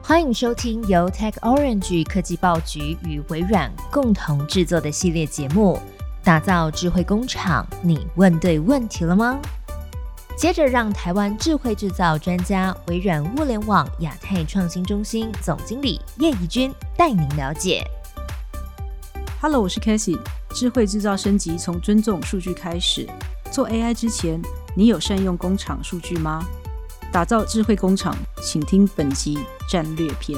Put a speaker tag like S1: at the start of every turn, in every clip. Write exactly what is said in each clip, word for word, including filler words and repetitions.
S1: 欢迎收听由 TechOrange 科技报局与微软共同制作的系列节目，打造智慧工厂，你问对问题了吗？接着让台湾智慧制造专家、微软物联网亚太创新中心总经理叶怡君带您了解。
S2: Hello， 我是 Cassie。智慧制造升级从尊重数据开始。做 A I 之前，你有善用工厂数据吗？打造智慧工厂，请听本集战略篇。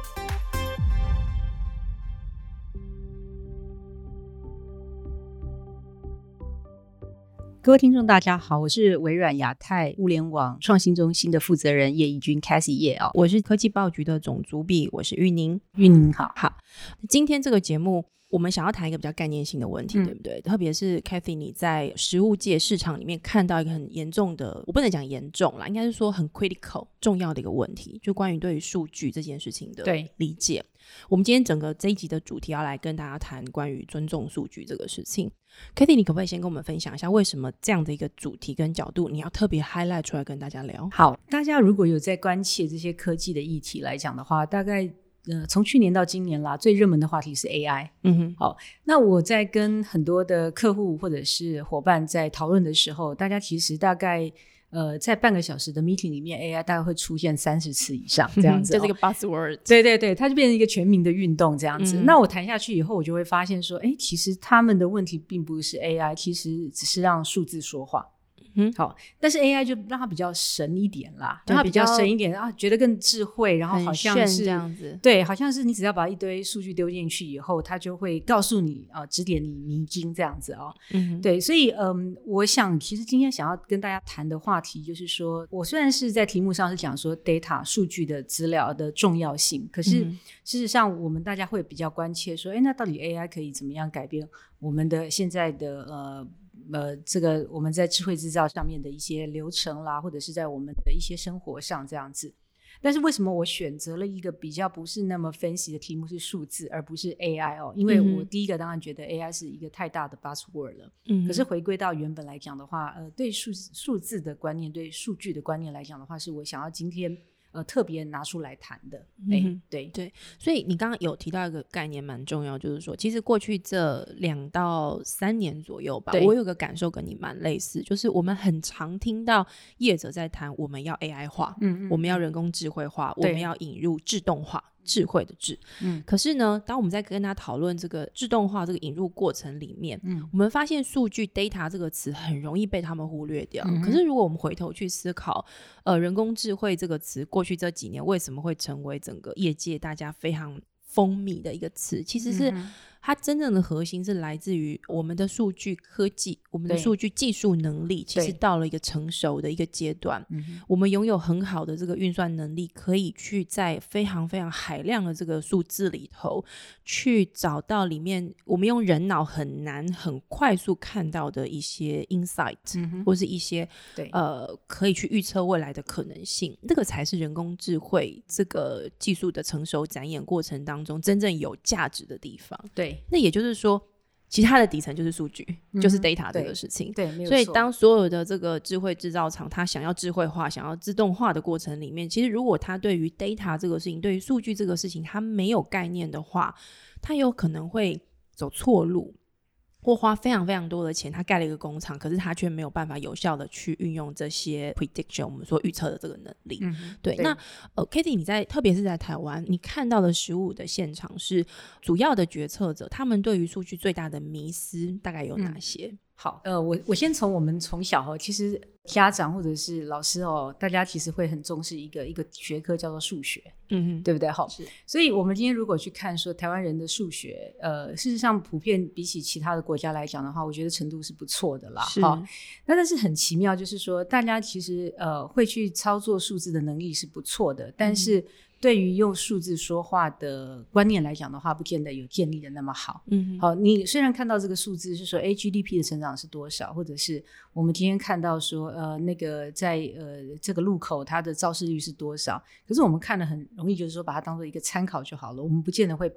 S2: 各位听众大家好，我是微软亚太物联网创新中心的负责人叶怡君 Cassie 叶、哦、
S3: 我是科技报局的总主笔，我是玉宁。
S2: 玉宁好。
S3: 好，今天这个节目我们想要谈一个比较概念性的问题、嗯、对不对？特别是 Cathy 你在食物界市场里面看到一个很严重的，我不能讲严重啦，应该是说很 critical 重要的一个问题，就关于对于数据这件事情的理解。我们今天整个这一集的主题要来跟大家谈关于尊重数据这个事情。 Cathy 你可不可以先跟我们分享一下为什么这样的一个主题跟角度你要特别 highlight 出来跟大家聊？
S2: 好，大家如果有在关切这些科技的议题来讲的话，大概呃，从去年到今年啦，最热门的话题是 A I。 嗯哼，好，那我在跟很多的客户或者是伙伴在讨论的时候，大家其实大概呃，在半个小时的 meeting 里面 A I 大概会出现三十次以上这样子、哦、
S3: 这是一个 buzzword。
S2: 对对对，它就变成一个全民的运动这样子、嗯、那我谈下去以后，我就会发现说，诶，其实他们的问题并不是 A I， 其实只是让数字说话。嗯，好，但是 A I 就让它比较神一点啦，让它比较神一点啊，觉得更智慧，然后好像是
S3: 这样子，
S2: 对，好像是你只要把一堆数据丢进去以后，它就会告诉你啊、呃，指点你迷津这样子哦。嗯，对，所以嗯，我想其实今天想要跟大家谈的话题就是说，我虽然是在题目上是讲说 data 数据的资料的重要性，可是事实上我们大家会比较关切说，哎，那到底 A I 可以怎么样改变我们的现在的呃。呃，这个我们在智慧制造上面的一些流程啦，或者是在我们的一些生活上这样子。但是为什么我选择了一个比较不是那么分析的题目是数字而不是 A I 哦？因为我第一个当然觉得 A I 是一个太大的 buzzword 了、嗯、可是回归到原本来讲的话，呃，对数数字的观念，对数据的观念来讲的话，是我想要今天呃，特别拿出来谈的。嗯，对
S3: 对，所以你刚刚有提到一个概念蛮重要，就是说其实过去这两到三年左右吧，我有个感受跟你蛮类似，就是我们很常听到业者在谈我们要 A I 化，嗯嗯，我们要人工智慧化，我们要引入自动化，智慧的智、嗯、可是呢当我们在跟他讨论这个自动化这个引入过程里面、嗯、我们发现数据 data 这个词很容易被他们忽略掉、嗯、可是如果我们回头去思考呃，人工智慧这个词过去这几年为什么会成为整个业界大家非常风靡的一个词，其实是它真正的核心是来自于我们的数据科技，我们的数据技术能力其实到了一个成熟的一个阶段，我们拥有很好的这个运算能力，可以去在非常非常海量的这个数字里头去找到里面我们用人脑很难很快速看到的一些 insight、嗯、或是一些呃可以去预测未来的可能性，这个才是人工智慧这个技术的成熟展演过程当中真正有价值的地方。
S2: 对，
S3: 那也就是说其他的底层就是数据、嗯、就是 data 这个事情。
S2: 对，没有错。
S3: 所以当所有的这个智慧制造厂它想要智慧化想要自动化的过程里面，其实如果它对于 data 这个事情对于数据这个事情它没有概念的话，它有可能会走错路，或花非常非常多的钱，他盖了一个工厂，可是他却没有办法有效的去运用这些 prediction 我们说预测的这个能力、嗯、对, 对那呃 Cathy 你在特别是在台湾你看到的实务的现场是主要的决策者他们对于数据最大的迷思大概有哪些？嗯，
S2: 好，呃，我我先从我们从小哦，其实家长或者是老师哦，大家其实会很重视一个一个学科叫做数学，嗯哼，对不对？好，所以我们今天如果去看说台湾人的数学，呃，事实上普遍比起其他的国家来讲的话，我觉得程度是不错的啦。是，哦，那但是很奇妙，就是说大家其实呃会去操作数字的能力是不错的，但是、嗯对于用数字说话的观念来讲的话，不见得有建立的那么好。嗯，好，你虽然看到这个数字是说，哎 ，G D P 的成长是多少，或者是我们今天看到说，呃，那个在呃这个路口它的肇事率是多少，可是我们看的很容易，就是说把它当做一个参考就好了，我们不见得会把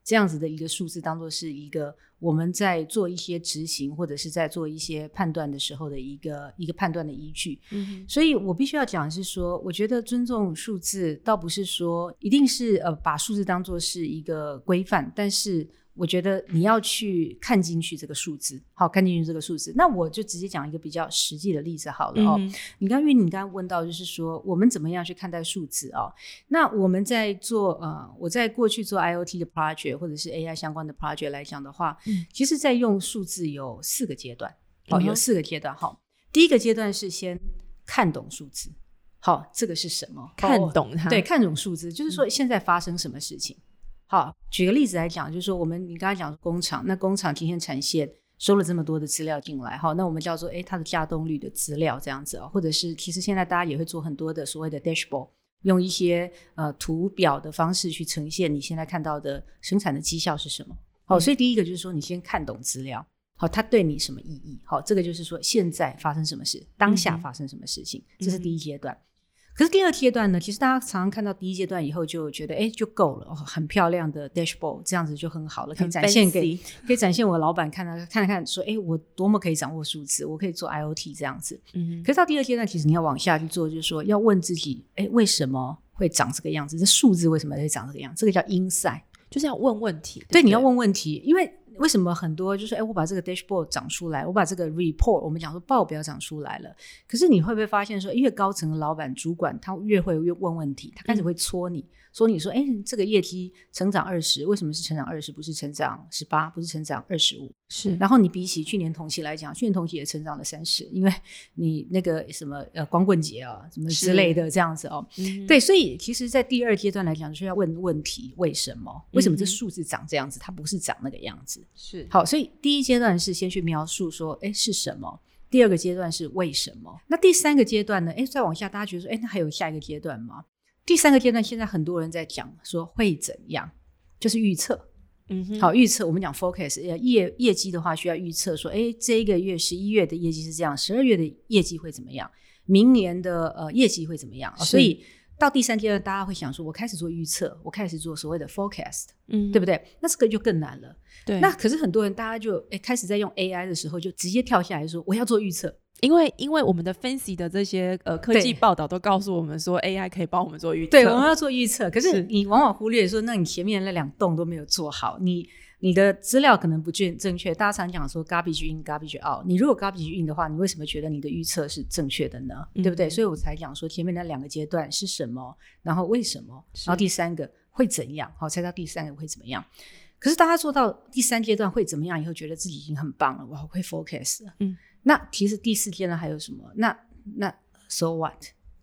S2: 这样子的一个数字当作是一个我们在做一些执行或者是在做一些判断的时候的一个一个判断的依据。嗯，所以我必须要讲的是说，我觉得尊重数字倒不是说一定是呃把数字当作是一个规范，但是我觉得你要去看进去这个数字，好，看进去这个数字。那我就直接讲一个比较实际的例子好了哦。嗯、你刚因为你刚刚问到就是说我们怎么样去看待数字哦？那我们在做呃，我在过去做 I O T 的 project 或者是 A I 相关的 project 来讲的话，嗯、其实在用数字有四个阶段，好、哦，有四个阶段。好，第一个阶段是先看懂数字，好，这个是什么？
S3: 看懂它，
S2: 对，看懂数字，就是说现在发生什么事情。嗯，好，举个例子来讲，就是说我们你刚才讲工厂，那工厂今天产线收了这么多的资料进来，好，那我们叫做诶它的稼动率的资料这样子哦，或者是其实现在大家也会做很多的所谓的 dashboard， 用一些呃图表的方式去呈现你现在看到的生产的绩效是什么。好，所以第一个就是说你先看懂资料，好，它对你什么意义？好，这个就是说现在发生什么事，当下发生什么事情，嗯、这是第一阶段。可是第二阶段呢，其实大家常常看到第一阶段以后就觉得哎就够了、哦、很漂亮的 dashboard 这样子就很好了，可以展现给可以展现我老板看看看看说哎我多么可以掌握数字，我可以做 I O T 这样子。嗯，可是到第二阶段其实你要往下去做，就是说要问自己哎为什么会长这个样子，这数字为什么会长这个样子，这个叫 insight，
S3: 就是要问问题。 对,
S2: 对, 对，你要问问题，因为为什么很多就是哎，我把这个 dashboard 长出来，我把这个 report 我们讲说报表长出来了，可是你会不会发现说越高层的老板主管他越会越问问题，他开始会戳你、嗯、说你说哎，这个业绩成长二十，为什么是成长二十不是成长十八，不是成长二十五？是，然后你比起去年同期来讲，去年同期也成长了三十，因为你那个什么呃光棍节啊什么之类的这样子哦、嗯、对，所以其实在第二阶段来讲就要问问题，为什么为什么这数字长这样子，它不是长那个样子。是，好，所以第一阶段是先去描述说哎是什么，第二个阶段是为什么，那第三个阶段呢，哎再往下大家觉得说哎那还有下一个阶段吗？第三个阶段现在很多人在讲说会怎样，就是预测。嗯哼，好，预测我们讲 focus 业业绩的话需要预测说哎这一个月十一月的业绩是这样，十二月的业绩会怎么样，明年的呃业绩会怎么样、哦、所以到第三阶段大家会想说我开始做预测，我开始做所谓的 forecast， 嗯，对不对？那这个就更难了。对，那可是很多人大家就诶开始在用 A I 的时候就直接跳下来说我要做预测，
S3: 因为因为我们的分析的这些呃科技报道都告诉我们说 A I 可以帮我们做预测，
S2: 对，我们要做预测，可是你往往忽略说那你前面那两栋都没有做好，你你的资料可能不正确，大家常讲说 garbage in garbage out， 你如果 garbage in 的话，你为什么觉得你的预测是正确的呢、嗯、对不对？所以我才讲说前面那两个阶段是什么，然后为什么，然后第三个会怎样，好，才到第三个会怎么样。可是大家做到第三阶段会怎么样以后觉得自己已经很棒了，我会 focus 了，嗯，那其实第四阶段还有什么，那那 so what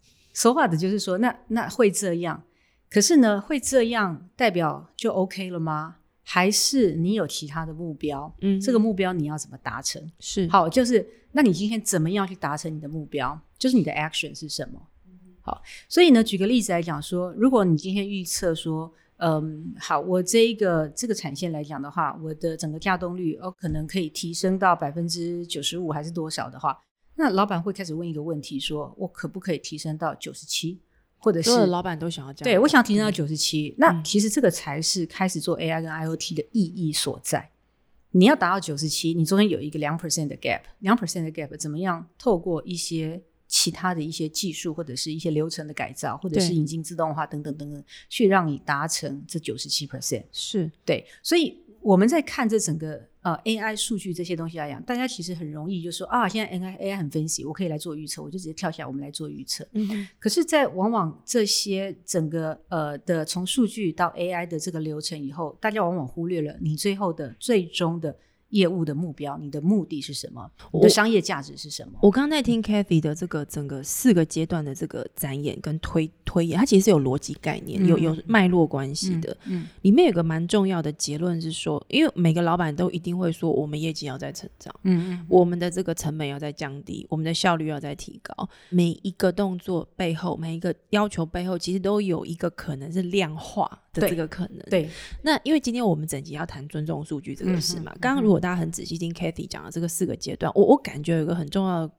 S2: so what 就是说那那会这样，可是呢会这样代表就 OK 了吗？还是你有其他的目标，嗯，这个目标你要怎么达成？是，好，就是那你今天怎么样去达成你的目标，就是你的 action 是什么？好，所以呢举个例子来讲说，如果你今天预测说嗯，好，我这一个这个产线来讲的话，我的整个稼动率哦可能可以提升到百分之九十五还是多少的话，那老板会开始问一个问题说我可不可以提升到九十七，或者是
S3: 所有的老板都想要这样，
S2: 对，我想提升到九十七、嗯、那其实这个才是开始做 A I 跟 I O T 的意义所在。你要达到九十七，你中间有一个 百分之二 的 gap， 百分之二 的 gap 怎么样透过一些其他的一些技术或者是一些流程的改造，或者是引进自动化等等等等，去让你达成这 百分之九十七， 是，对，所以我们在看这整个呃 A I 数据这些东西来讲，大家其实很容易就说啊，现在 A I, A I 很分析，我可以来做预测，我就直接跳下来我们来做预测、嗯、可是在往往这些整个呃的从数据到 A I 的这个流程以后，大家往往忽略了你最后的最终的业务的目标，你的目的是什么，你的商业价值是什么。
S3: 我刚刚在听 Cathy 的这个整个四个阶段的这个展演跟推推演，它其实是有逻辑概念、嗯、有有脉络关系的、嗯嗯、里面有个蛮重要的结论是说，因为每个老板都一定会说我们业绩要再成长、嗯嗯、我们的这个成本要再降低，我们的效率要再提高，每一个动作背后，每一个要求背后其实都有一个可能是量化的这个可能。 对, 对，那因为今天我们整集要谈尊重数据这个事嘛，刚刚、嗯、如果大家很仔细听 Cathy 讲的这个四个阶段，我我感觉有一个很重要的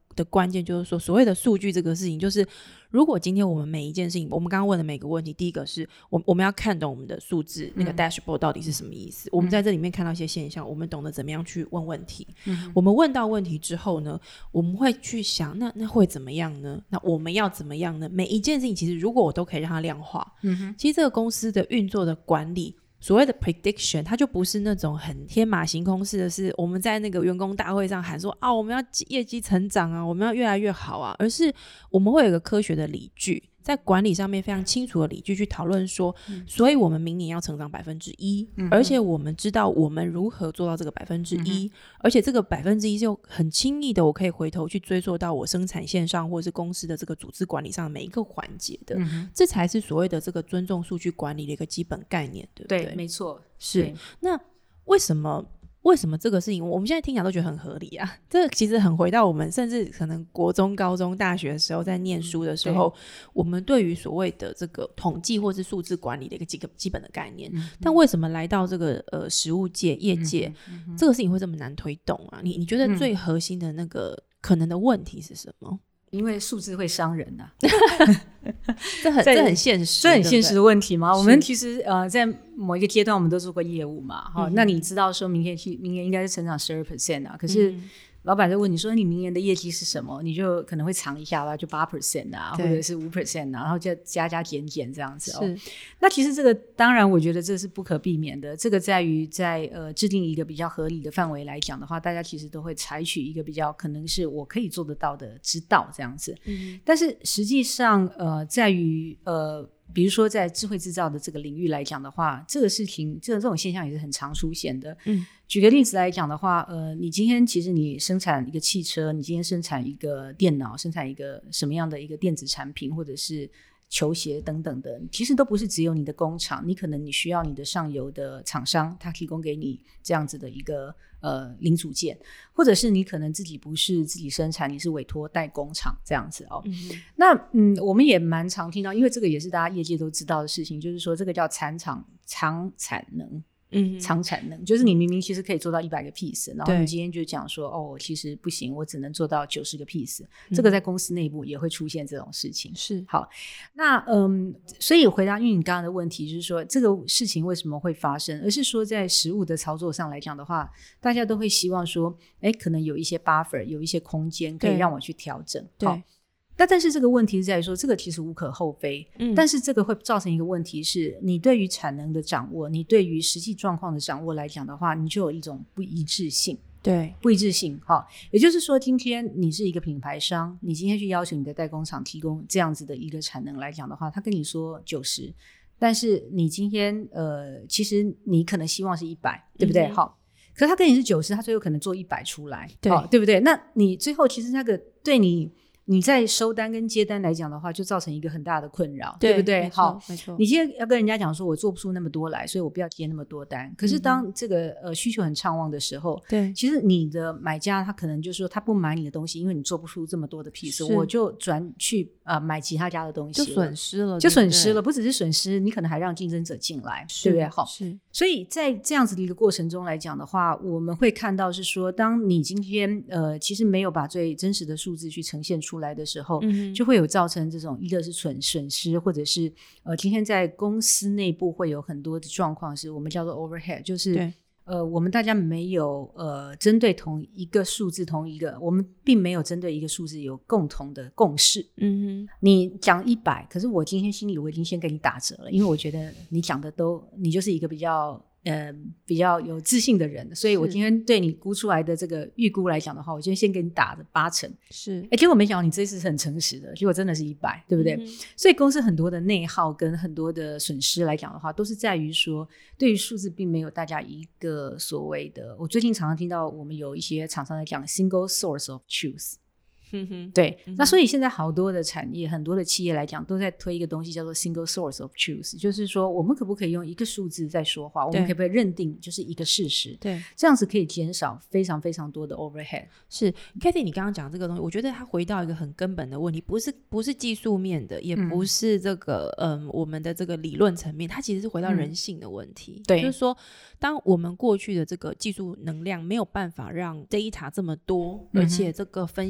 S3: 的关键就是说，所谓的数据这个事情，就是如果今天我们每一件事情，我们刚刚问的每个问题，第一个是我我们要看懂我们的数字、嗯、那个 dashboard 到底是什么意思、嗯、我们在这里面看到一些现象，我们懂得怎么样去问问题、嗯、我们问到问题之后呢，我们会去想那那会怎么样呢，那我们要怎么样呢，每一件事情其实如果我都可以让它量化、嗯、其实这个公司的运作的管理所谓的 prediction 它就不是那种很天马行空式的，是我们在那个员工大会上喊说啊，我们要业绩成长啊，我们要越来越好啊，而是我们会有一个科学的理据，在管理上面非常清楚的理据去讨论说、嗯、所以我们明年要成长百分之一，而且我们知道我们如何做到这个百分之一，而且这个百分之一就很轻易的我可以回头去追溯到我生产线上或是公司的这个组织管理上的每一个环节的、嗯、这才是所谓的这个尊重数据管理的一个基本概念，对不对？
S2: 对，没错，
S3: 是。那为什么为什么这个事情我们现在听起来都觉得很合理啊？这个其实很回到我们甚至可能国中高中大学的时候在念书的时候、嗯、我们对于所谓的这个统计或是数字管理的一个几个基本的概念、嗯、但为什么来到这个呃实务界业界、嗯嗯、这个事情会这么难推动啊？你你觉得最核心的那个可能的问题是什么？
S2: 因为数字会伤人啊
S3: 这很这很现实，
S2: 这很现实的问题嘛。我们其实呃在某一个阶段我们都做过业务嘛、嗯、那你知道说明年明年应该是成长 百分之十二 啊，可是、嗯老板就问你说你明年的业绩是什么，你就可能会藏一下吧，就 百分之八 啊或者是 百分之五 啊，然后就加加减减这样子哦。那其实这个当然我觉得这是不可避免的，这个在于在呃制定一个比较合理的范围来讲的话，大家其实都会采取一个比较可能是我可以做得到的之道这样子、嗯、但是实际上呃在于呃比如说在智慧制造的这个领域来讲的话，这个事情这个这种现象也是很常出现的。嗯，举个例子来讲的话，呃，你今天其实你生产一个汽车，你今天生产一个电脑，生产一个什么样的一个电子产品，或者是球鞋等等的，其实都不是只有你的工厂，你可能你需要你的上游的厂商，他提供给你这样子的一个呃零组件，或者是你可能自己不是自己生产，你是委托代工厂这样子哦。嗯那嗯，我们也蛮常听到，因为这个也是大家业界都知道的事情，就是说这个叫产厂长产能。嗯，长产能就是你明明其实可以做到一百个 piece， 然后你今天就讲说哦，其实不行，我只能做到九十个 piece、嗯、这个在公司内部也会出现这种事情。是好，那嗯，所以回答因为你刚刚的问题就是说这个事情为什么会发生，而是说在实务的操作上来讲的话，大家都会希望说哎，可能有一些 buffer 有一些空间可以让我去调整。对，好，那但是这个问题是在于说这个其实无可厚非、嗯、但是这个会造成一个问题是你对于产能的掌握，你对于实际状况的掌握来讲的话，你就有一种不一致性。对，不一致性。好，也就是说今天你是一个品牌商，你今天去要求你的代工厂提供这样子的一个产能来讲的话，他跟你说九十，但是你今天呃，其实你可能希望是一百，对不对、嗯、好，可是他跟你是九十，他最后可能做一百出来， 对,、哦、对不对？那你最后其实那个对你你在收单跟接单来讲的话，就造成一个很大的困扰， 对, 对不对？好，没错。你现在要跟人家讲说我做不出那么多来，所以我不要接那么多单。可是当这个、嗯、呃需求很畅旺的时候，对，其实你的买家他可能就说他不买你的东西，因为你做不出这么多的 piece， 我就转去呃买其他家的东西了，就损失了，就损失了。不只是损失，你可能还让竞争者进来，对不对？好，是。所以在这样子的一个过程中来讲的话，我们会看到是说，当你今天呃其实没有把最真实的数字去呈现出来的时候，嗯、就会有造成这种一个是损损失，或者是呃今天在公司内部会有很多的状况，是我们叫做 overhead， 就是呃我们大家没有呃针对同一个数字，同一个我们并没有针对一个数字有共同的共识。嗯哼，你讲一百，可是我今天心里我已经先给你打折了，因为我觉得你讲的都你就是一个比较呃，比较有自信的人，所以我今天对你估出来的这个预估来讲的话，我今天先给你打的八成，是，哎，结果没想到你这次是很诚实的，结果真的是一百，对不对？嗯、所以公司很多的内耗跟很多的损失来讲的话，都是在于说，对于数字并没有大家一个所谓的，我最近常常听到我们有一些厂商在讲 single source of truth。嗯哼，对、嗯、那所以现在好多的产业很多的企业来讲都在推一个东西叫做 single source of truth， 就是说我们可不可以用一个数字在说话，我们可不可以认定就是一个事实，对，这样子可以减少非常非常多的 overhead。 是 Cathy 你刚刚讲这个东西，我觉得它回到一个很根本的问题，不是不是技术面的，也不是这个 嗯, 嗯我们的这个理论层面，它其实是回到人性的问题、嗯、对，就是说当我们过去的这个技术能量没有办法让 data 这么多、嗯、而且这个分析这么透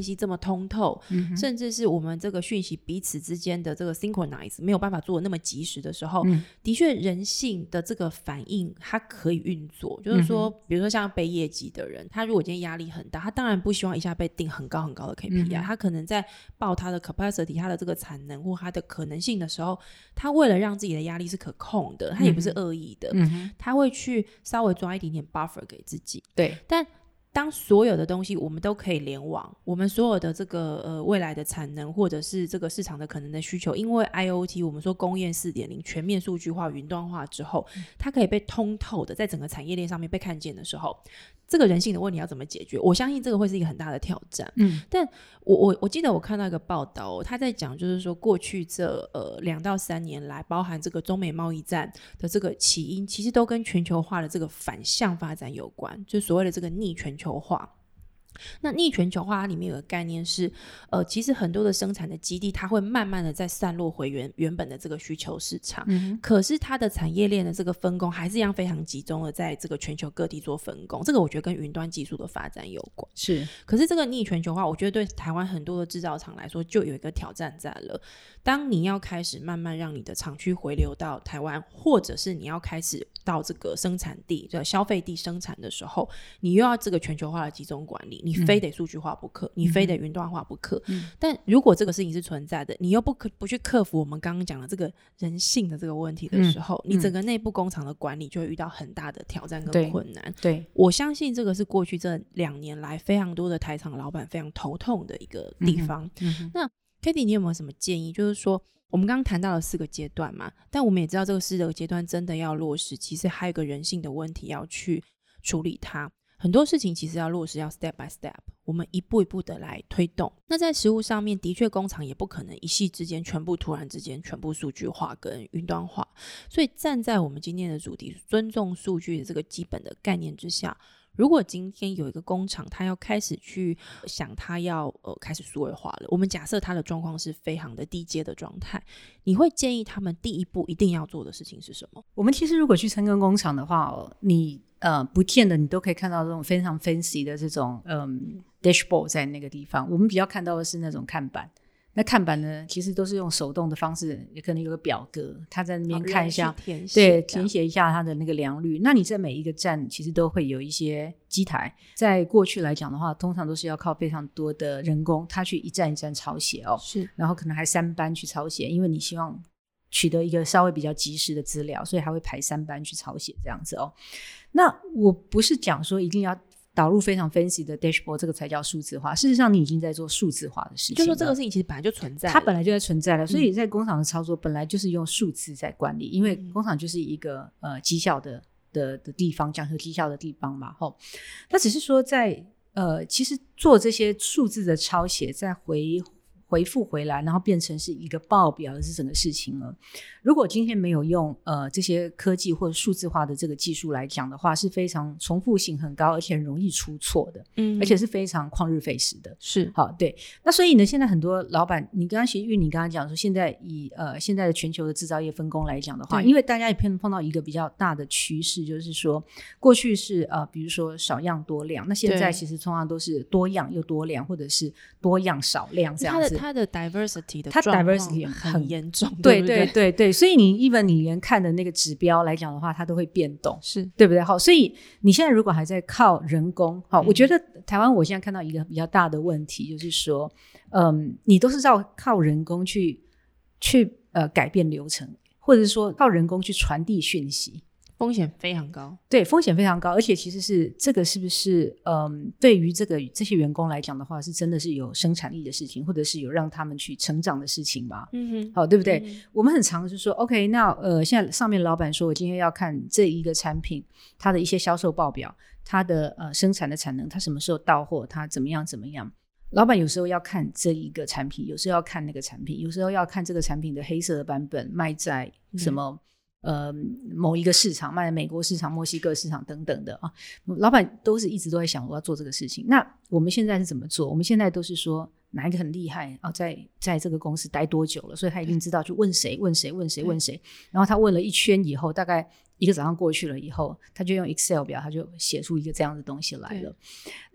S3: 通透、嗯、甚至是我们这个讯息彼此之间的这个 synchronize 没有办法做的那么及时的时候、嗯、的确人性的这个反应它可以运作，就是说、嗯、比如说像背业绩的人，他如果今天压力很大，他当然不希望一下被定很高很高的 K P I、嗯、他可能在报他的 capacity 他的这个产能或他的可能性的时候，他为了让自己的压力是可控的，他也不是恶意的、嗯、他会去稍微抓一点点 buffer 给自己。
S2: 对，
S3: 但当所有的东西我们都可以联网，我们所有的这个呃未来的产能或者是这个市场的可能的需求，因为 I O T 我们说工业 四点零 全面数据化云端化之后、嗯、它可以被通透的在整个产业链上面被看见的时候，这个人性的问题要怎么解决，我相信这个会是一个很大的挑战。嗯，但我我我记得我看到一个报道、哦、他在讲就是说过去这呃两到三年来，包含这个中美贸易战的这个起因，其实都跟全球化的这个反向发展有关，就是所谓的这个逆全球化。那逆全球化它里面有个概念是呃，其实很多的生产的基地它会慢慢的再散落回原原本的这个需求市场、嗯、可是它的产业链的这个分工还是一样非常集中的在这个全球各地做分工，这个我觉得跟云端技术的发展有关。
S2: 是，可
S3: 是这个逆全球化我觉得对台湾很多的制造厂来说就有一个挑战在了，当你要开始慢慢让你的厂区回流到台湾，或者是你要开始到这个生产地消费地生产的时候，你又要这个全球化的集中管理，你非得数据化不可、嗯、你非得云端化不可、嗯、但如果这个事情是存在的，你又不可不去克服我们刚刚讲的这个人性的这个问题的时候、嗯、你整个内部工厂的管理就会遇到很大的挑战跟困难。
S2: 对, 对，
S3: 我相信这个是过去这两年来非常多的台厂老板非常头痛的一个地方、嗯嗯、那 Katie 你有没有什么建议，就是说我们刚刚谈到了四个阶段嘛，但我们也知道这个四个阶段真的要落实，其实还有一个人性的问题要去处理它，很多事情其实要落实要 step by step， 我们一步一步的来推动。那在实务上面的确工厂也不可能一夕之间全部突然之间全部数据化跟云端化，所以站在我们今天的主题尊重数据的这个基本的概念之下，如果今天有一个工厂他要开始去想他要、呃、开始数位化了，我们假设他的状况是非常的低阶的状态，你会建议他们第一步一定要做的事情是什么？
S2: 我们其实如果去参观工厂的话、哦、你呃不见得你都可以看到这种非常 fancy 的这种嗯 dashboard 在那个地方，我们比较看到的是那种看板，那看板呢其实都是用手动的方式，也可能有个表格他在那边看一下、哦、
S3: 填写
S2: 对，填写一下他的那个良率。那你在每一个站其实都会有一些机台，在过去来讲的话通常都是要靠非常多的人工他去一站一站抄写哦，
S3: 是，
S2: 然后可能还三班去抄写，因为你希望取得一个稍微比较及时的资料，所以还会排三班去抄写这样子哦。那我不是讲说一定要导入非常 fancy 的 dashboard 这个才叫数字化，事实上你已经在做数字化的事情了，
S3: 就说这个事情其实本来就存在了，
S2: 它本来就在存在了，所以在工厂的操作本来就是用数字在管理、嗯、因为工厂就是一个呃绩效的的的地方，讲究绩效的地方嘛齁。那只是说在呃其实做这些数字的抄写再回回复回来，然后变成是一个报表的是整个事情了。如果今天没有用呃这些科技或者数字化的这个技术来讲的话，是非常重复性很高，而且很容易出错的，嗯，而且是非常旷日费时的。
S3: 是，
S2: 好，对。那所以呢，现在很多老板，你刚刚其实因为你刚刚讲说，现在以呃现在的全球的制造业分工来讲的话，因为大家也碰碰到一个比较大的趋势，就是说过去是呃比如说少样多量，那现在其实通常都是多样又多量，或者是多样少量这样子。
S3: 它的 diversity 的
S2: 它 diversity
S3: 很严重，
S2: 对
S3: 对
S2: 对对对，所以你 even 你连看的那个指标来讲的话，它都会变动，
S3: 是
S2: 对不对？好，所以你现在如果还在靠人工，好、嗯，我觉得台湾我现在看到一个比较大的问题，就是说，嗯，你都是要靠人工去去呃改变流程，或者是说靠人工去传递讯息。
S3: 风险非常高，
S2: 对，风险非常高，而且其实是这个是不是嗯，对于这个这些员工来讲的话，是真的是有生产力的事情，或者是有让他们去成长的事情吧？嗯哼，好，对不对？嗯、我们很常是说 ，OK， 那呃，现在上面老板说我今天要看这一个产品，它的一些销售报表，它的呃生产的产能，它什么时候到货，它怎么样怎么样。老板有时候要看这一个产品，有时候要看那个产品，有时候要看这个产品的黑色的版本卖在什么。嗯呃，某一个市场卖美国市场、墨西哥市场等等的啊，老板都是一直都在想我要做这个事情。那我们现在是怎么做？我们现在都是说哪一个很厉害啊，在在这个公司待多久了，所以他一定知道去问谁问谁问谁问谁。然后他问了一圈以后，大概一个早上过去了以后，他就用 Excel 表，他就写出一个这样的东西来了。那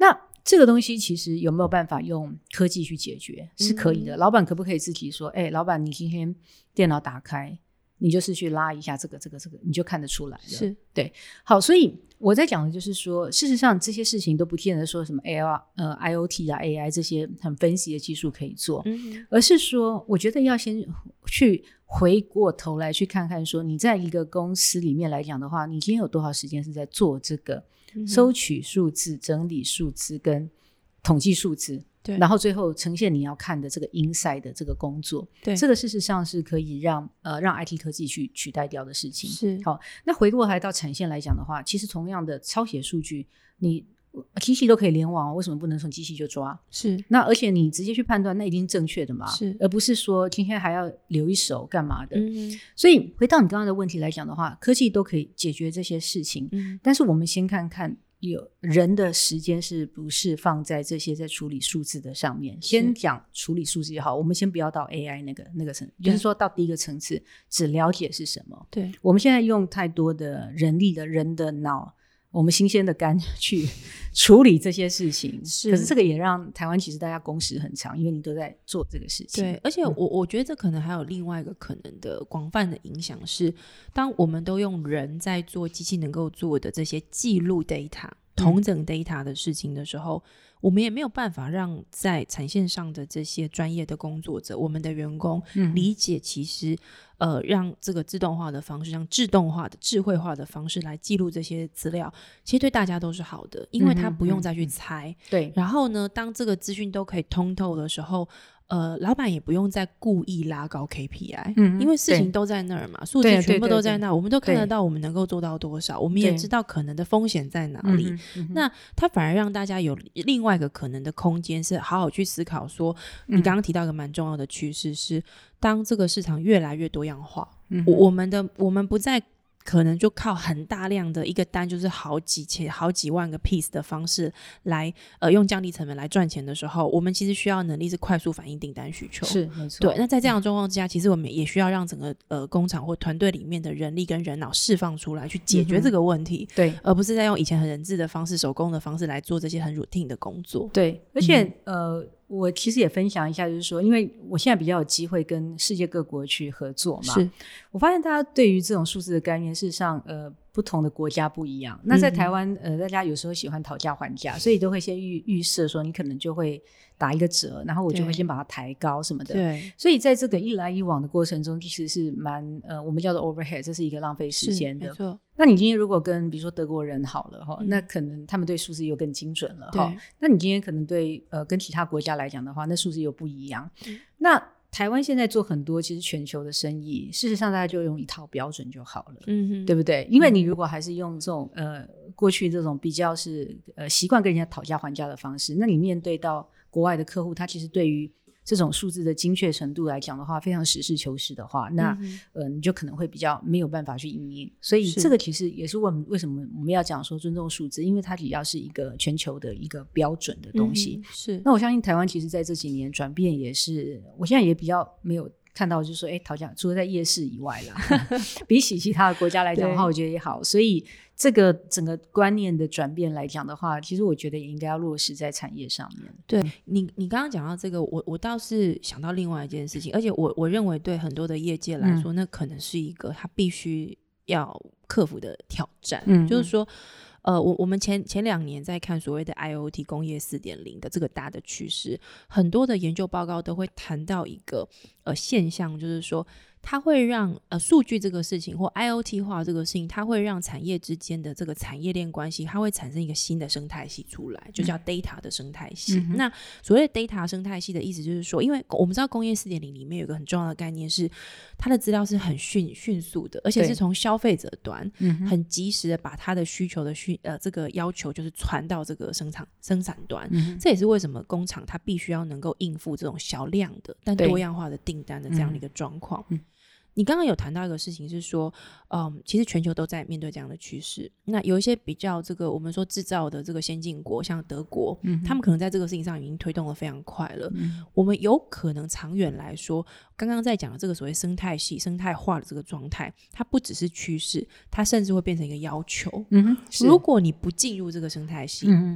S2: 这个东西其实有没有办法用科技去解决？是可以的。嗯、老板可不可以自己说，哎，老板，你今天电脑打开，你就是去拉一下这个这个这个，你就看得出来了。
S3: 是，
S2: 对。好，所以我在讲的就是说，事实上这些事情都不见得说什么 A R 呃 I O T 啊 A I 这些很分析的技术可以做，嗯、而是说，我觉得要先去回过头来去看看说，你在一个公司里面来讲的话，你今天有多少时间是在做这个收取数字、整理数字跟统计数字，对，然后最后呈现你要看的这个 insight 的这个工作，对，这个事实上是可以让呃让 I T 科技去取代掉的事情。是，好，那回过来到产线来讲的话，其实同样的抄写数据，你机器都可以联网，为什么不能从机器就抓？是，那而且你直接去判断，那一定是正确的嘛，是，而不是说今天还要留一手干嘛的。嗯，所以回到你刚刚的问题来讲的话，科技都可以解决这些事情，嗯，但是我们先看看有人的时间是不是放在这些在处理数字的上面。先讲处理数字也好，我们先不要到 A I 那个那个层，就是说到第一个层次只了解是什么。对，我们现在用太多的人力的人的脑，我们新鲜的肝去处理这些事情，是，可是这个也让台湾其实大家工时很长，因为你都在做这个事情。
S3: 对，而且我、嗯、我觉得这可能还有另外一个可能的广泛的影响是，当我们都用人在做机器能够做的这些记录 data、统整 data 的事情的时候、嗯、我们也没有办法让在产线上的这些专业的工作者，我们的员工理解其实、嗯、呃，让这个自动化的方式，让自动化的智慧化的方式来记录这些资料，其实对大家都是好的，因为他不用再去猜、嗯嗯、对，然后呢当这个资讯都可以通透的时候，呃，老板也不用再故意拉高 K P I、嗯、因为事情都在那儿嘛，数据全部都在那，我们都看得到我们能够做到多少，我们也知道可能的风险在哪里、嗯嗯、那它反而让大家有另外一个可能的空间，是好好去思考说、嗯、你刚刚提到一个蛮重要的趋势是，当这个市场越来越多样化、嗯、我们的我们不再可能就靠很大量的一个单就是好几千好几万个 piece 的方式来呃用降低成本来赚钱的时候，我们其实需要能力是快速反映订单需求，是没错。对，那在这样的状况之下，其实我们也需要让整个呃工厂或团队里面的人力跟人脑释放出来去解决这个问题、嗯、对，而不是在用以前很人治的方式手工的方式来做这些很 routine 的工作。对，
S2: 而且、嗯、呃我其实也分享一下，就是说因为我现在比较有机会跟世界各国去合作嘛，是我发现大家对于这种数字的概念事实上呃不同的国家不一样。那在台湾、嗯、呃大家有时候喜欢讨价还价，所以都会先预预设说你可能就会打一个折，然后我就会先把它抬高什么的。对，所以在这个一来一往的过程中其实是蛮呃我们叫做 overhead， 这是一个浪费时间的。没错。那你今天如果跟比如说德国人好了、嗯、那可能他们对数字又更精准了。对，那你今天可能对呃跟其他国家来讲的话，那数字又不一样、嗯、那台湾现在做很多其实全球的生意，事实上大家就用一套标准就好了，嗯哼，对不对？因为你如果还是用这种呃过去这种比较是呃习惯跟人家讨价还价的方式，那你面对到国外的客户，他其实对于这种数字的精确程度来讲的话，非常实事求是的话，那、嗯、呃你就可能会比较没有办法去因应。所以这个其实也是我们为什么我们要讲说尊重数字，因为它只要是一个全球的一个标准的东西、嗯、是。那我相信台湾其实在这几年转变也是，我现在也比较没有看到就是说哎，讨价除了在夜市以外啦比起其他的国家来讲的话我觉得也好，所以这个整个观念的转变来讲的话，其实我觉得也应该要落实在产业上面。
S3: 对，你你刚刚讲到这个，我我倒是想到另外一件事情，而且我我认为对很多的业界来说、嗯、那可能是一个他必须要克服的挑战、嗯、就是说呃，我我们前前两年在看所谓的 I O T 工业 四点零 的这个大的趋势，很多的研究报告都会谈到一个呃现象，就是说它会让呃数据这个事情或 I O T 化这个事情，它会让产业之间的这个产业链关系，它会产生一个新的生态系出来，就叫 data 的生态系、嗯、那所谓 data 生态系的意思就是说，因为我们知道工业 四点零 里面有一个很重要的概念是它的资料是很迅迅速的，而且是从消费者端很及时的把它的需求的需呃这个要求就是传到这个生产生产端、嗯、这也是为什么工厂它必须要能够应付这种小量的但多样化的订单的这样的一个状况、嗯嗯。你刚刚有谈到一个事情是说嗯，其实全球都在面对这样的趋势，那有一些比较这个我们说制造的这个先进国像德国、嗯、他们可能在这个事情上已经推动得非常快了、嗯、我们有可能长远来说刚刚在讲的这个所谓生态系生态化的这个状态，它不只是趋势，它甚至会变成一个要求、嗯、如果你不进入这个生态系、嗯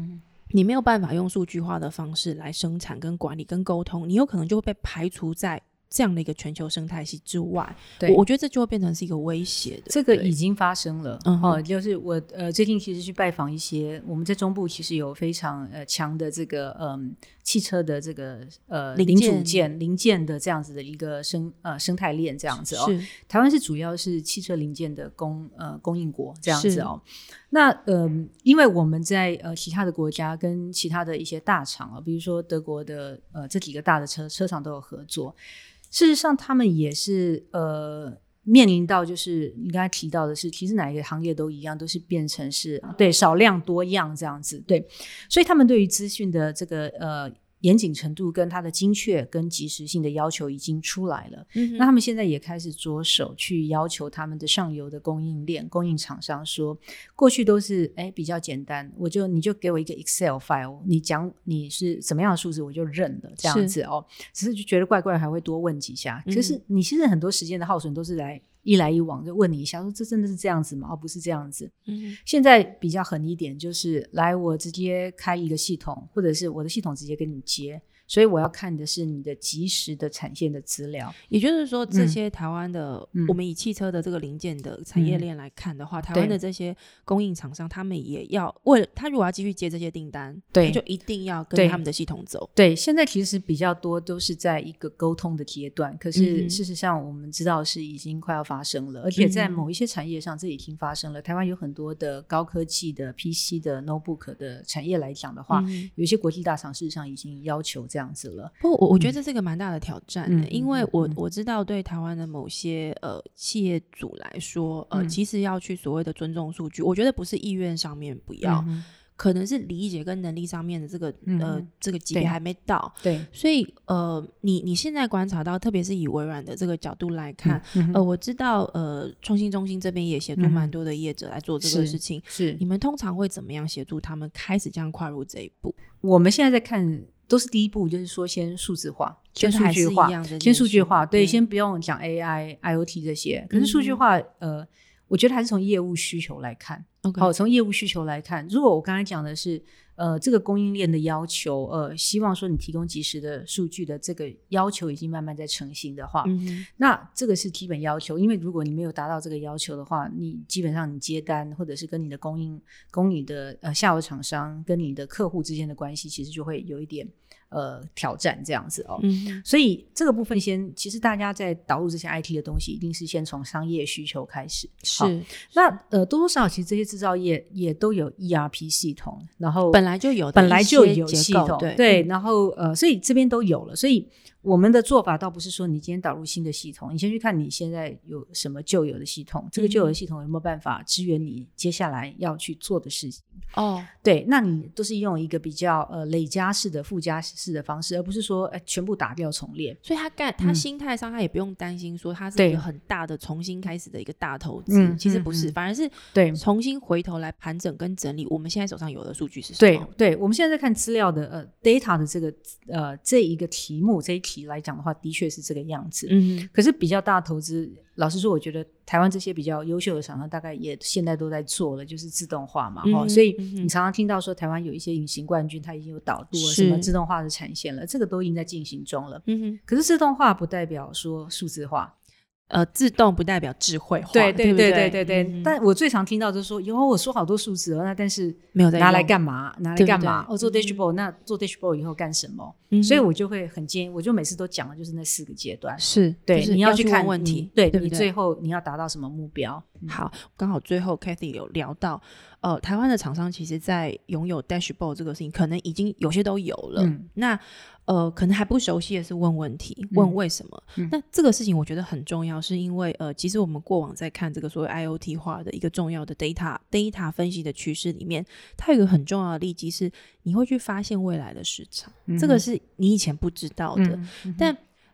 S3: 你没有办法用数据化的方式来生产跟管理跟沟通，你有可能就会被排除在这样的一个全球生态系之外。对，我, 我觉得这就会变成是一个威胁的。
S2: 这个已经发生了、嗯哦、就是我呃最近其实去拜访一些我们在中部其实有非常呃强的这个嗯汽车的这个呃零组件零件的这样子的一个生呃生态链这样子哦。台湾是主要是汽车零件的供呃供应国这样子哦。那呃因为我们在呃其他的国家跟其他的一些大厂啊，比如说德国的呃这几个大的车车厂都有合作。事实上他们也是呃面临到就是你刚才提到的是其实哪一个行业都一样，都是变成是对少量多样这样子。对，所以他们对于资讯的这个呃严谨程度跟它的精确跟及时性的要求已经出来了、嗯、那他们现在也开始着手去要求他们的上游的供应链供应厂商说，过去都是哎比较简单，我就你就给我一个 Excel file， 你讲你是什么样的数字我就认了这样子哦，只是就觉得怪怪还会多问几下、嗯、可是你其实很多时间的耗损都是来一来一往就问你一下说这真的是这样子吗？哦，不是这样子、嗯、现在比较狠一点就是来我直接开一个系统，或者是我的系统直接跟你接，所以我要看的是你的即时的产线的资料。
S3: 也就是说这些台湾的、嗯、我们以汽车的这个零件的产业链来看的话、嗯、台湾的这些供应厂商他们也要为了他如果要继续接这些订单，对，他就一定要跟他们的系统走。
S2: 对, 对现在其实比较多都是在一个沟通的阶段，可是事实上我们知道是已经快要发生了、嗯、而且在某一些产业上这已经发生了。台湾有很多的高科技的 P C 的 notebook 的产业来讲的话、嗯、有一些国际大厂事实上已经要求这样子了。
S3: 不我我觉得这是一个蛮大的挑战的、嗯、因为我、嗯、我知道对台湾的某些呃企业主来说呃、嗯、其实要去所谓的尊重数据，我觉得不是意愿上面不要、嗯、可能是理解跟能力上面的这个、嗯、呃这个级别还没到。对，所以呃你你现在观察到特别是以微软的这个角度来看、嗯、呃我知道呃创新中心这边也协助蛮多的业者来做这个事情、嗯、是, 是你们通常会怎么样协助他们开始这样跨入这一步？
S2: 我们现在在看都是第一步，就是说先数字化，先数据化，先数据化，对，先不用讲 A I、I O T 这些。可是数据化，嗯、呃，我觉得还是从业务需求来看。Okay. 好，从业务需求来看，如果我刚才讲的是呃这个供应链的要求，呃，希望说你提供及时的数据的这个要求已经慢慢在成型的话、嗯、那这个是基本要求。因为如果你没有达到这个要求的话，你基本上你接单或者是跟你的供应供你的呃下游厂商跟你的客户之间的关系其实就会有一点呃挑战这样子哦、嗯、所以这个部分先其实大家在导入这些 I T 的东西一定是先从商业需求开始。是那呃多多少少其实这些制造业也都有 E R P 系统，然后
S3: 本来就有的
S2: 本来就有系统，
S3: 对
S2: 对，然后呃所以这边都有了。所以我们的做法倒不是说你今天导入新的系统，你先去看你现在有什么旧有的系统，这个旧有的系统有没有办法支援你接下来要去做的事情。哦，对，那你都是用一个比较呃累加式的附加式的方式，而不是说、呃、全部打掉重练。
S3: 所以他干他心态上他也不用担心说他是一个很大的重新开始的一个大投资、嗯、其实不是、嗯、反而是对重新回头来盘整跟整理我们现在手上有的数据是什么。
S2: 对对，我们现在在看资料的呃 data 的这个呃这一个题目这一题来讲的话的确是这个样子。嗯，可是比较大的投资老实说我觉得台湾这些比较优秀的厂商大概也现在都在做了，就是自动化嘛、嗯、所以你常常听到说台湾有一些隐形冠军它已经有导入了什么自动化的产线了，这个都已经在进行中了。嗯，可是自动化不代表说数字化，
S3: 呃，自动不代表智慧化，
S2: 对对对
S3: 对
S2: 对对对、嗯、但我最常听到就是说有我说好多数字了，那但是
S3: 没有在
S2: 拿来干嘛拿来干嘛？对对对、哦、做 dashboard、嗯、那做 dashboard 以后干什么、嗯、所以我就会很建议，我就每次都讲的就是那四个阶段。是对、就是、
S3: 你
S2: 要去看
S3: 问题，
S2: 对，
S3: 对不对？
S2: 你最后你要达到什么目标、
S3: 嗯、好，刚好最后 Cathy 有聊到呃，台湾的厂商其实在拥有 dashboard 这个事情可能已经有些都有了、嗯、那呃，可能还不熟悉的是问问题、嗯、问为什么、嗯、那这个事情我觉得很重要，是因为呃，其实我们过往在看这个所谓 I O T 化的一个重要的 data data 分析的趋势里面，它有一个很重要的利基是你会去发现未来的市场、嗯、这个是你以前不知道的、嗯嗯、但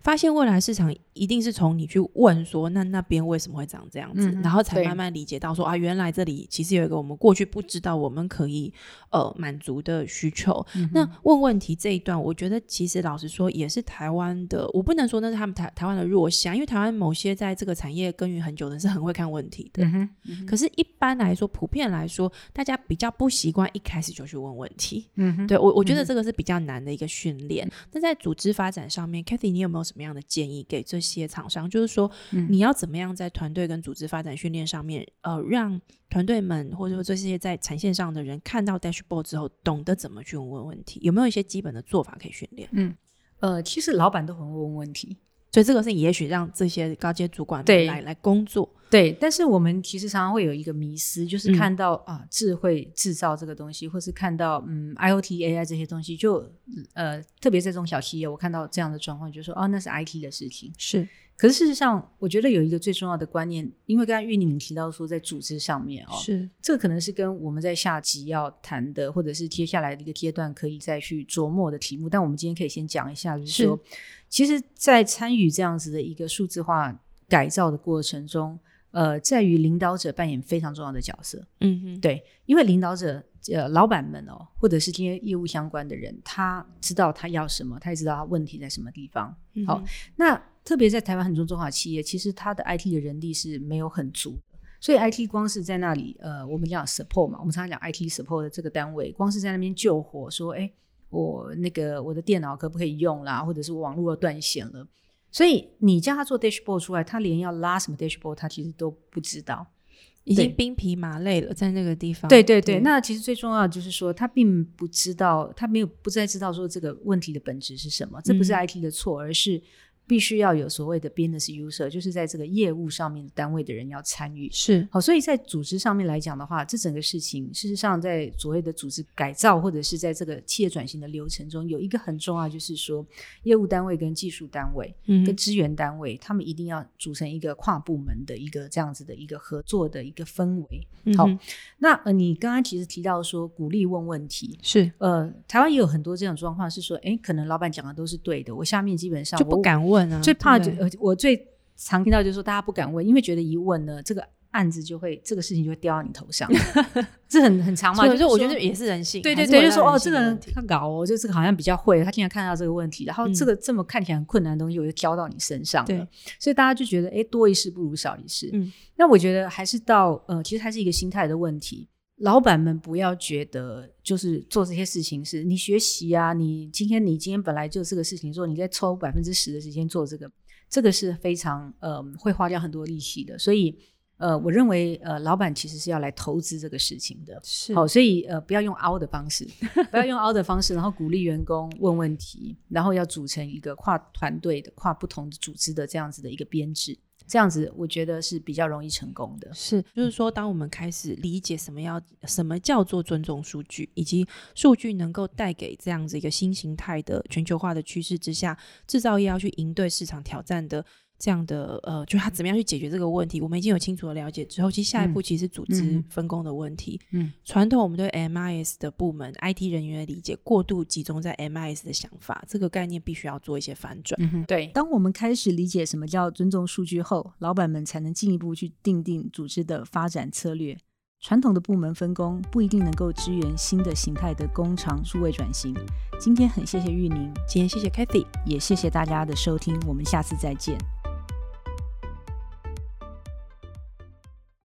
S3: 发现未来市场一定是从你去问说那那边为什么会长这样子、嗯、然后才慢慢理解到说啊，原来这里其实有一个我们过去不知道我们可以呃满足的需求、嗯、那问问题这一段我觉得其实老实说也是台湾的，我不能说那是他们 台, 台湾的弱项，因为台湾某些在这个产业耕耘很久的人是很会看问题的、嗯哼嗯、哼可是一般来说普遍来说大家比较不习惯一开始就去问问题、嗯、哼对我我觉得这个是比较难的一个训练、嗯、那在组织发展上面 Cathy 你有没有什么样的建议给这些厂商，就是说、嗯、你要怎么样在团队跟组织发展训练上面呃，让团队们或者说这些在产线上的人看到 dashboard 之后懂得怎么去问问题，有没有一些基本的做法可以训练？
S2: 嗯，呃，其实老板都很会问问题，
S3: 所以这个是也许让这些高阶主管来来工作。
S2: 对，但是我们其实常常会有一个迷思，就是看到、嗯、啊智慧制造这个东西，或是看到嗯 I O T A I 这些东西，就呃特别在中小企业我看到这样的状况，就说哦那是 I T 的事情。
S3: 是，
S2: 可是事实上我觉得有一个最重要的观念，因为刚才玉宁提到说在组织上面哦，
S3: 是
S2: 这个可能是跟我们在下集要谈的，或者是接下来的一个阶段可以再去琢磨的题目，但我们今天可以先讲一下，就是说是其实在参与这样子的一个数字化改造的过程中，呃，在于领导者扮演非常重要的角色。嗯哼，对，因为领导者呃，老板们哦，或者是这些业务相关的人，他知道他要什么，他也知道他问题在什么地方。嗯、好，那特别在台湾很多中小企业，其实他的 I T 的人力是没有很足的，所以 I T 光是在那里，呃，我们讲 support 嘛，我们常常讲 I T support 的这个单位，光是在那边救火，说，哎，我那个我的电脑可不可以用啦，或者是我网络断线了。所以你叫他做 dashboard 出来，他连要拉什么 dashboard 他其实都不知道，
S3: 已经兵疲马累了在那个地方。
S2: 对对 对, 对，那其实最重要的就是说他并不知道，他没有不再知道说这个问题的本质是什么，这不是 I T 的错、嗯、而是必须要有所谓的 business user， 就是在这个业务上面的单位的人要参与。
S3: 是，
S2: 好，所以在组织上面来讲的话，这整个事情事实上在所谓的组织改造或者是在这个企业转型的流程中，有一个很重要，就是说业务单位跟技术单位、嗯、跟支援单位，他们一定要组成一个跨部门的一个这样子的一个合作的一个氛围。好，嗯、那呃，你刚刚其实提到说鼓励问问题，
S3: 是
S2: 呃，台湾也有很多这种状况，是说，哎，可能老板讲的都是对的，我下面基本上
S3: 就不敢问。
S2: 最怕就、呃、我最常听到就是说大家不敢问，因为觉得一问呢这个案子就会这个事情就会掉到你头上这很很常嘛，
S3: 就是我觉得也是人性，
S2: 对对对，就说哦这个人他搞哦，就这个好像比较会，他经常看到这个问题，然后这个这么看起来很困难的东西我就交到你身上了，对，所以大家就觉得哎多一事不如少一事。嗯，那我觉得还是到呃其实还是一个心态的问题，老板们不要觉得就是做这些事情是你学习啊，你今天你今天本来就这个事情做，你再抽百分之十的时间做这个，这个是非常呃会花掉很多力气的，所以呃我认为呃老板其实是要来投资这个事情的，是好，所以呃不要用凹的方式不要用凹的方式然后鼓励员工问问题，然后要组成一个跨团队的跨不同的组织的这样子的一个编制，这样子我觉得是比较容易成功的。
S3: 是，就是说当我们开始理解什么要什么叫做尊重数据，以及数据能够带给这样子一个新形态的全球化的趋势之下，制造业要去应对市场挑战的这样的呃，就他怎么样去解决这个问题，我们已经有清楚的了解之后，其实下一步其实是组织分工的问题。嗯，传统我们对 M I S 的部门 I T 人员的理解过度集中在 M I S 的想法，这个概念必须要做一些反转。
S2: 嗯，对，当我们开始理解什么叫尊重数据后，老板们才能进一步去订定组织的发展策略。传统的部门分工不一定能够支援新的形态的工厂数位转型。今天很谢谢玉宁，
S3: 今天谢谢 Cathy，
S2: 也谢谢大家的收听，我们下次再见。